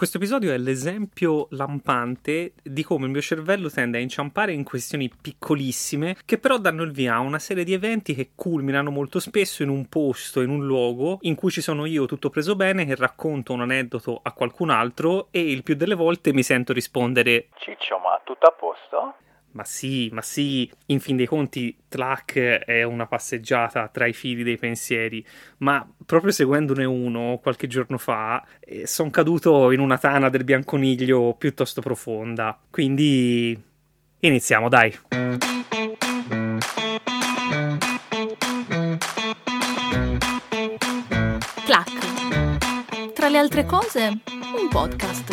Questo episodio è l'esempio lampante di come il mio cervello tende a inciampare in questioni piccolissime che però danno il via a una serie di eventi che culminano molto spesso in un posto, in un luogo in cui ci sono io tutto preso bene che racconto un aneddoto a qualcun altro e il più delle volte mi sento rispondere: Ciccio, ma tutto a posto? Ma sì, in fin dei conti Tlac è una passeggiata tra i fili dei pensieri, ma proprio seguendone uno qualche giorno fa sono caduto in una tana del bianconiglio piuttosto profonda. Quindi iniziamo, dai. Tlac. Tra le altre cose, un podcast.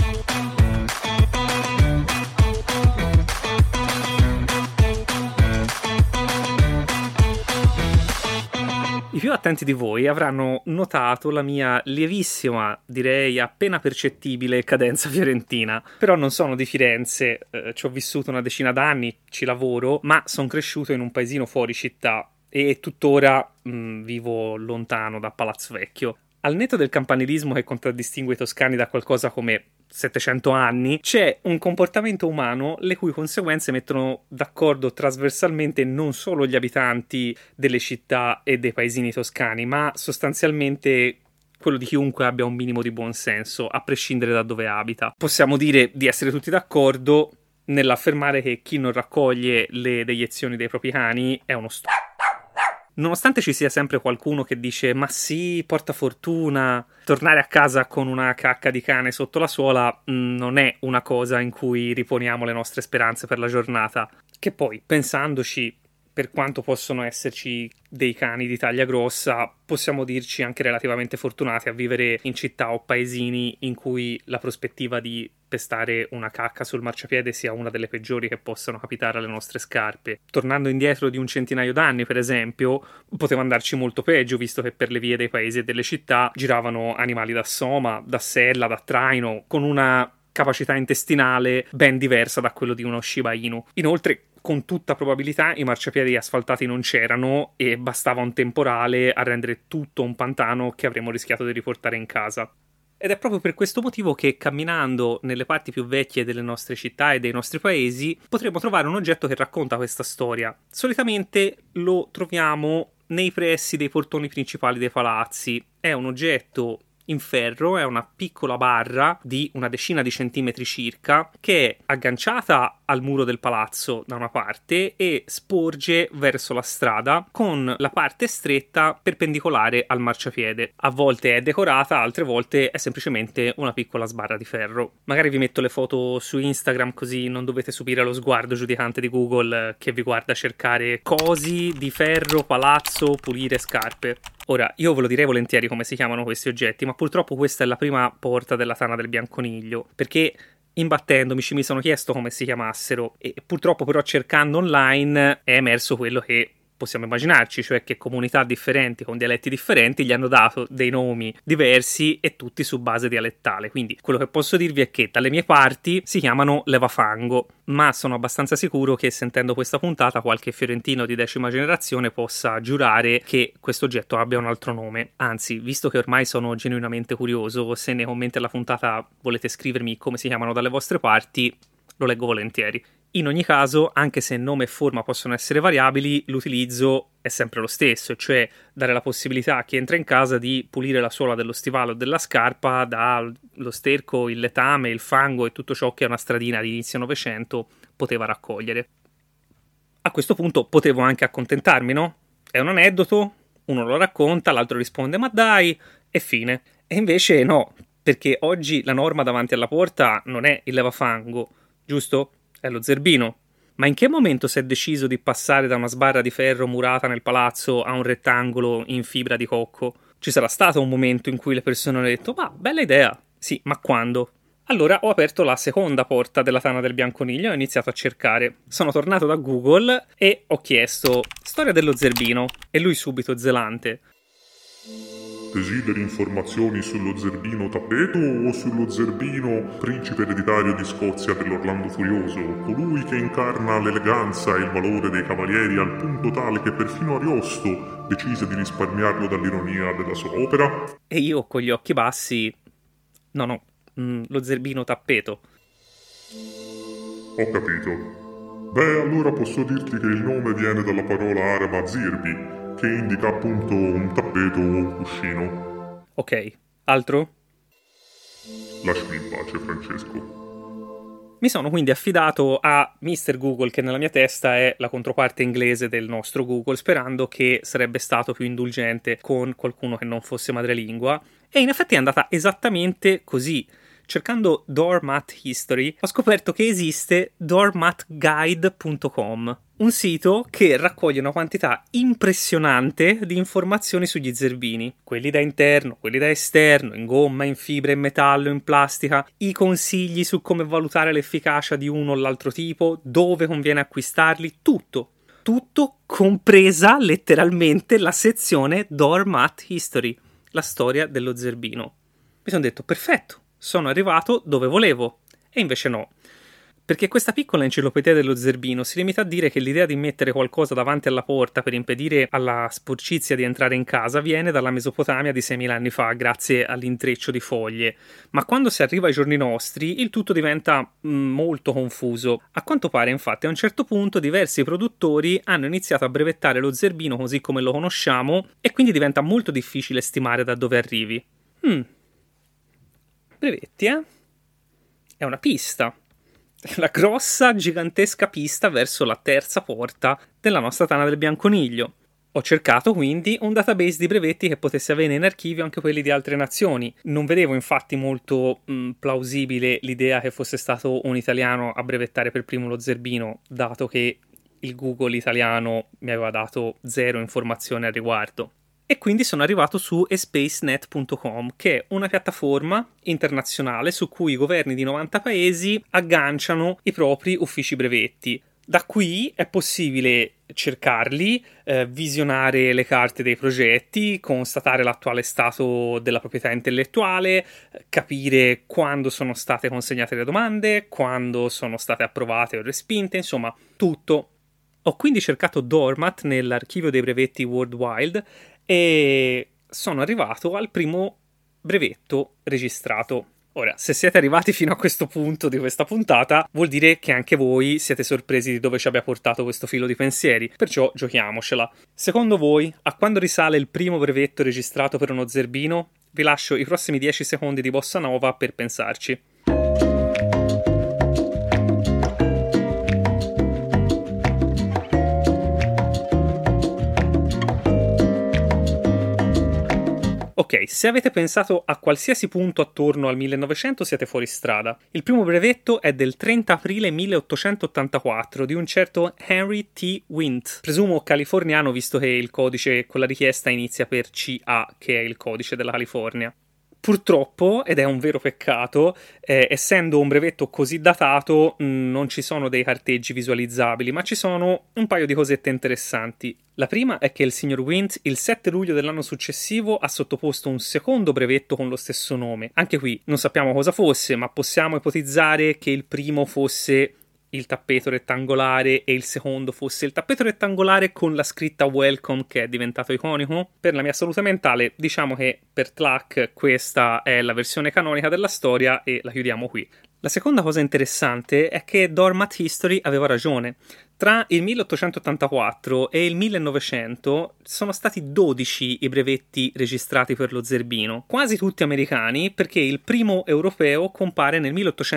I più attenti di voi avranno notato la mia lievissima, direi appena percettibile cadenza fiorentina. Però non sono di Firenze, ci ho vissuto una decina d'anni, ci lavoro, ma sono cresciuto in un paesino fuori città e tuttora vivo lontano da Palazzo Vecchio. Al netto del campanilismo che contraddistingue i toscani da qualcosa come 700 anni, c'è un comportamento umano le cui conseguenze mettono d'accordo trasversalmente non solo gli abitanti delle città e dei paesini toscani, ma sostanzialmente quello di chiunque abbia un minimo di buonsenso, a prescindere da dove abita. Possiamo dire di essere tutti d'accordo nell'affermare che chi non raccoglie le deiezioni dei propri cani è uno stupido. Nonostante ci sia sempre qualcuno che dice ma sì, porta fortuna, tornare a casa con una cacca di cane sotto la suola non è una cosa in cui riponiamo le nostre speranze per la giornata. Che poi, pensandoci, per quanto possono esserci dei cani di taglia grossa, possiamo dirci anche relativamente fortunati a vivere in città o paesini in cui la prospettiva di pestare una cacca sul marciapiede sia una delle peggiori che possano capitare alle nostre scarpe. Tornando indietro di un centinaio d'anni, per esempio, poteva andarci molto peggio, visto che per le vie dei paesi e delle città giravano animali da soma, da sella, da traino, con una capacità intestinale ben diversa da quello di uno Shiba Inu. Inoltre, con tutta probabilità i marciapiedi asfaltati non c'erano e bastava un temporale a rendere tutto un pantano che avremmo rischiato di riportare in casa. Ed è proprio per questo motivo che camminando nelle parti più vecchie delle nostre città e dei nostri paesi potremo trovare un oggetto che racconta questa storia. Solitamente lo troviamo nei pressi dei portoni principali dei palazzi. È un oggetto in ferro, è una piccola barra di una decina di centimetri circa che è agganciata al muro del palazzo da una parte e sporge verso la strada con la parte stretta perpendicolare al marciapiede. A volte è decorata, altre volte è semplicemente una piccola sbarra di ferro. Magari vi metto le foto su Instagram così non dovete subire lo sguardo giudicante di Google che vi guarda cercare cosi di ferro, palazzo, pulire scarpe. Ora, io ve lo direi volentieri come si chiamano questi oggetti, ma purtroppo questa è la prima porta della tana del bianconiglio, perché imbattendomi mi sono chiesto come si chiamassero e purtroppo però cercando online è emerso quello che possiamo immaginarci, cioè che comunità differenti con dialetti differenti gli hanno dato dei nomi diversi e tutti su base dialettale. Quindi quello che posso dirvi è che dalle mie parti si chiamano levafango, ma sono abbastanza sicuro che sentendo questa puntata qualche fiorentino di 10ª generazione possa giurare che questo oggetto abbia un altro nome. Anzi, visto che ormai sono genuinamente curioso, se nei commenti alla puntata volete scrivermi come si chiamano dalle vostre parti, lo leggo volentieri. In ogni caso, anche se nome e forma possono essere variabili, l'utilizzo è sempre lo stesso, cioè dare la possibilità a chi entra in casa di pulire la suola dello stivale o della scarpa dallo sterco, il letame, il fango e tutto ciò che una stradina di inizio Novecento poteva raccogliere. A questo punto potevo anche accontentarmi, no? È un aneddoto, uno lo racconta, l'altro risponde ma dai, e fine. E invece no, perché oggi la norma davanti alla porta non è il levafango, giusto? È lo zerbino. Ma in che momento si è deciso di passare da una sbarra di ferro murata nel palazzo a un rettangolo in fibra di cocco? Ci sarà stato un momento in cui le persone hanno detto ma bella idea. Sì, ma quando? Allora ho aperto la seconda porta della tana del bianconiglio e ho iniziato a cercare. Sono tornato da Google e ho chiesto storia dello zerbino e lui subito zelante: Desideri informazioni sullo zerbino tappeto o sullo zerbino principe ereditario di Scozia dell'Orlando Furioso, colui che incarna l'eleganza e il valore dei cavalieri al punto tale che perfino Ariosto decise di risparmiarlo dall'ironia della sua opera? E io con gli occhi bassi: no, lo zerbino tappeto. Ho capito. Beh, allora posso dirti che il nome viene dalla parola araba zirbi, che indica appunto un tappeto o un cuscino. Ok, altro? Lasciami in pace, Francesco. Mi sono quindi affidato a Mr. Google, che nella mia testa è la controparte inglese del nostro Google, sperando che sarebbe stato più indulgente con qualcuno che non fosse madrelingua. E in effetti è andata esattamente così. Cercando Doormat History ho scoperto che esiste doormatguide.com, un sito che raccoglie una quantità impressionante di informazioni sugli zerbini, quelli da interno, quelli da esterno, in gomma, in fibra, in metallo, in plastica, i consigli su come valutare l'efficacia di uno o l'altro tipo, dove conviene acquistarli, tutto compresa letteralmente la sezione Doormat History, la storia dello zerbino. Mi sono detto, perfetto, sono arrivato dove volevo. E invece no. Perché questa piccola enciclopedia dello zerbino si limita a dire che l'idea di mettere qualcosa davanti alla porta per impedire alla sporcizia di entrare in casa viene dalla Mesopotamia di 6.000 anni fa, grazie all'intreccio di foglie. Ma quando si arriva ai giorni nostri, il tutto diventa molto confuso. A quanto pare, infatti, a un certo punto diversi produttori hanno iniziato a brevettare lo zerbino così come lo conosciamo, e quindi diventa molto difficile stimare da dove arrivi. Brevetti, È una pista. La grossa, gigantesca pista verso la terza porta della nostra tana del bianconiglio. Ho cercato quindi un database di brevetti che potesse avere in archivio anche quelli di altre nazioni. Non vedevo infatti molto plausibile l'idea che fosse stato un italiano a brevettare per primo lo zerbino, dato che il Google italiano mi aveva dato zero informazione al riguardo. E quindi sono arrivato su espacenet.com, che è una piattaforma internazionale su cui i governi di 90 paesi agganciano i propri uffici brevetti. Da qui è possibile cercarli, visionare le carte dei progetti, constatare l'attuale stato della proprietà intellettuale, capire quando sono state consegnate le domande, quando sono state approvate o respinte, insomma, tutto. Ho quindi cercato Doormat nell'archivio dei brevetti Worldwide e sono arrivato al primo brevetto registrato. Ora, se siete arrivati fino a questo punto di questa puntata, vuol dire che anche voi siete sorpresi di dove ci abbia portato questo filo di pensieri, perciò giochiamocela. Secondo voi, a quando risale il primo brevetto registrato per uno zerbino? Vi lascio i prossimi 10 secondi di bossa nova per pensarci. Ok, se avete pensato a qualsiasi punto attorno al 1900 siete fuori strada. Il primo brevetto è del 30 aprile 1884 di un certo Henry T. Wint, presumo californiano visto che il codice con la richiesta inizia per CA, che è il codice della California. Purtroppo, ed è un vero peccato, essendo un brevetto così datato, non ci sono dei carteggi visualizzabili, ma ci sono un paio di cosette interessanti. La prima è che il signor Wint il 7 luglio dell'anno successivo ha sottoposto un secondo brevetto con lo stesso nome. Anche qui non sappiamo cosa fosse, ma possiamo ipotizzare che il primo fosse il tappeto rettangolare e il secondo fosse il tappeto rettangolare con la scritta Welcome, che è diventato iconico. Per la mia salute mentale diciamo che per Tlac questa è la versione canonica della storia e la chiudiamo qui. La seconda cosa interessante è che Doormat History aveva ragione. Tra il 1884 e il 1900 sono stati 12 i brevetti registrati per lo zerbino, quasi tutti americani, perché il primo europeo compare nel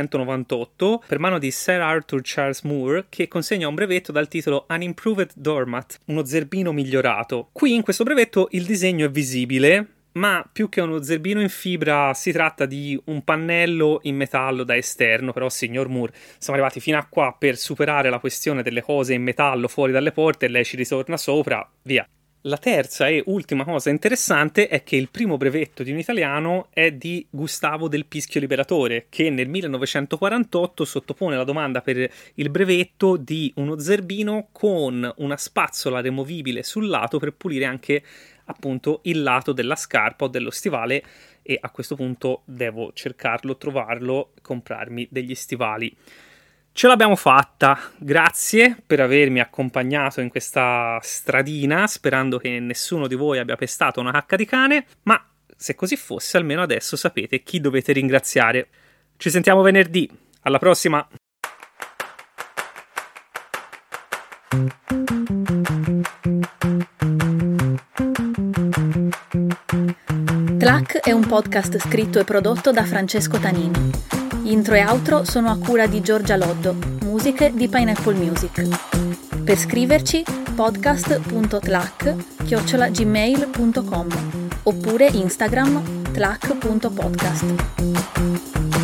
1898 per mano di Sir Arthur Charles Moore, che consegna un brevetto dal titolo An Improved Doormat, uno zerbino migliorato. Qui in questo brevetto il disegno è visibile, ma più che uno zerbino in fibra si tratta di un pannello in metallo da esterno. Però, signor Moore, siamo arrivati fino a qua per superare la questione delle cose in metallo fuori dalle porte e lei ci ritorna sopra, via. La terza e ultima cosa interessante è che il primo brevetto di un italiano è di Gustavo del Pischio Liberatore, che nel 1948 sottopone la domanda per il brevetto di uno zerbino con una spazzola removibile sul lato per pulire anche appunto il lato della scarpa o dello stivale, e a questo punto devo cercarlo, trovarlo, comprarmi degli stivali. Ce l'abbiamo fatta, grazie per avermi accompagnato in questa stradina, sperando che nessuno di voi abbia pestato una cacca di cane, ma se così fosse almeno adesso sapete chi dovete ringraziare. Ci sentiamo venerdì. Alla prossima! Tlac è un podcast scritto e prodotto da Francesco Tanini. Intro e outro sono a cura di Giorgia Loddo, musiche di Pineapple Music. Per scriverci podcast.tlac@gmail.com oppure Instagram tlac.podcast.